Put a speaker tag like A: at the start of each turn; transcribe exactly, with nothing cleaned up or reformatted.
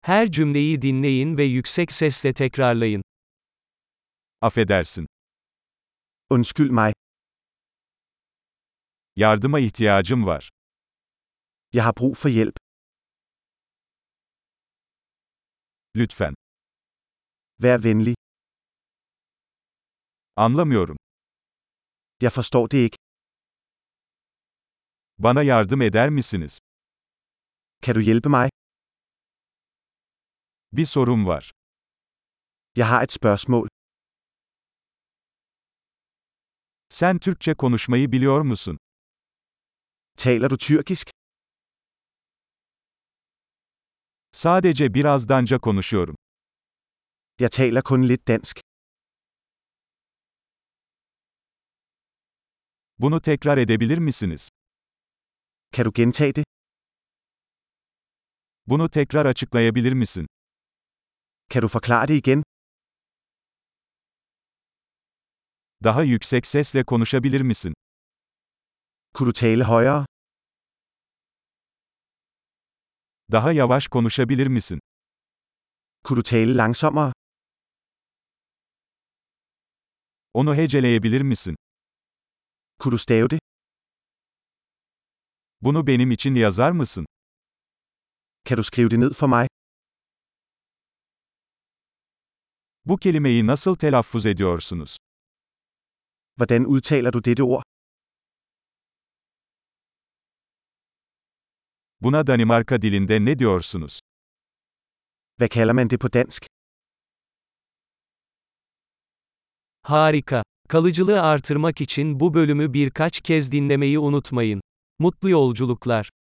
A: Her cümleyi dinleyin ve yüksek sesle tekrarlayın.
B: Affedersin.
C: Undskyld mig.
B: Yardıma ihtiyacım var.
C: Jeg har brug for hjælp.
B: Lütfen.
C: Vær venlig.
B: Anlamıyorum.
C: Jeg forstår det ikke.
B: Bana yardım eder misiniz?
C: Kan du hjælpe mig?
B: Bir sorum var.
C: Jeg har et spørgsmål.
B: Sen Türkçe konuşmayı biliyor musun?
C: Taler du tyrkisk?
B: Sadece birazdanca konuşuyorum.
C: Jeg taler kun lidt dansk.
B: Bunu tekrar edebilir misiniz?
C: Kan du gentage det?
B: Bunu tekrar açıklayabilir misin?
C: Kan du forklare det igen?
B: Daha yüksek sesle konuşabilir misin?
C: Kunne du tale højere?
B: Daha yavaş konuşabilir misin?
C: Kunne du tale langsommere?
B: Onu heceleyebilir misin?
C: Kunne du stave det?
B: Bunu benim için yazar mısın?
C: Kan du skrive det ned for mig?
B: Bu kelimeyi nasıl telaffuz ediyorsunuz?
C: Hvordan udtaler du dette ord?
B: Buna Danimarka dilinde ne diyorsunuz?
C: Hvad kalder man det på dansk?
A: Harika. Kalıcılığı artırmak için bu bölümü birkaç kez dinlemeyi unutmayın. Mutlu yolculuklar.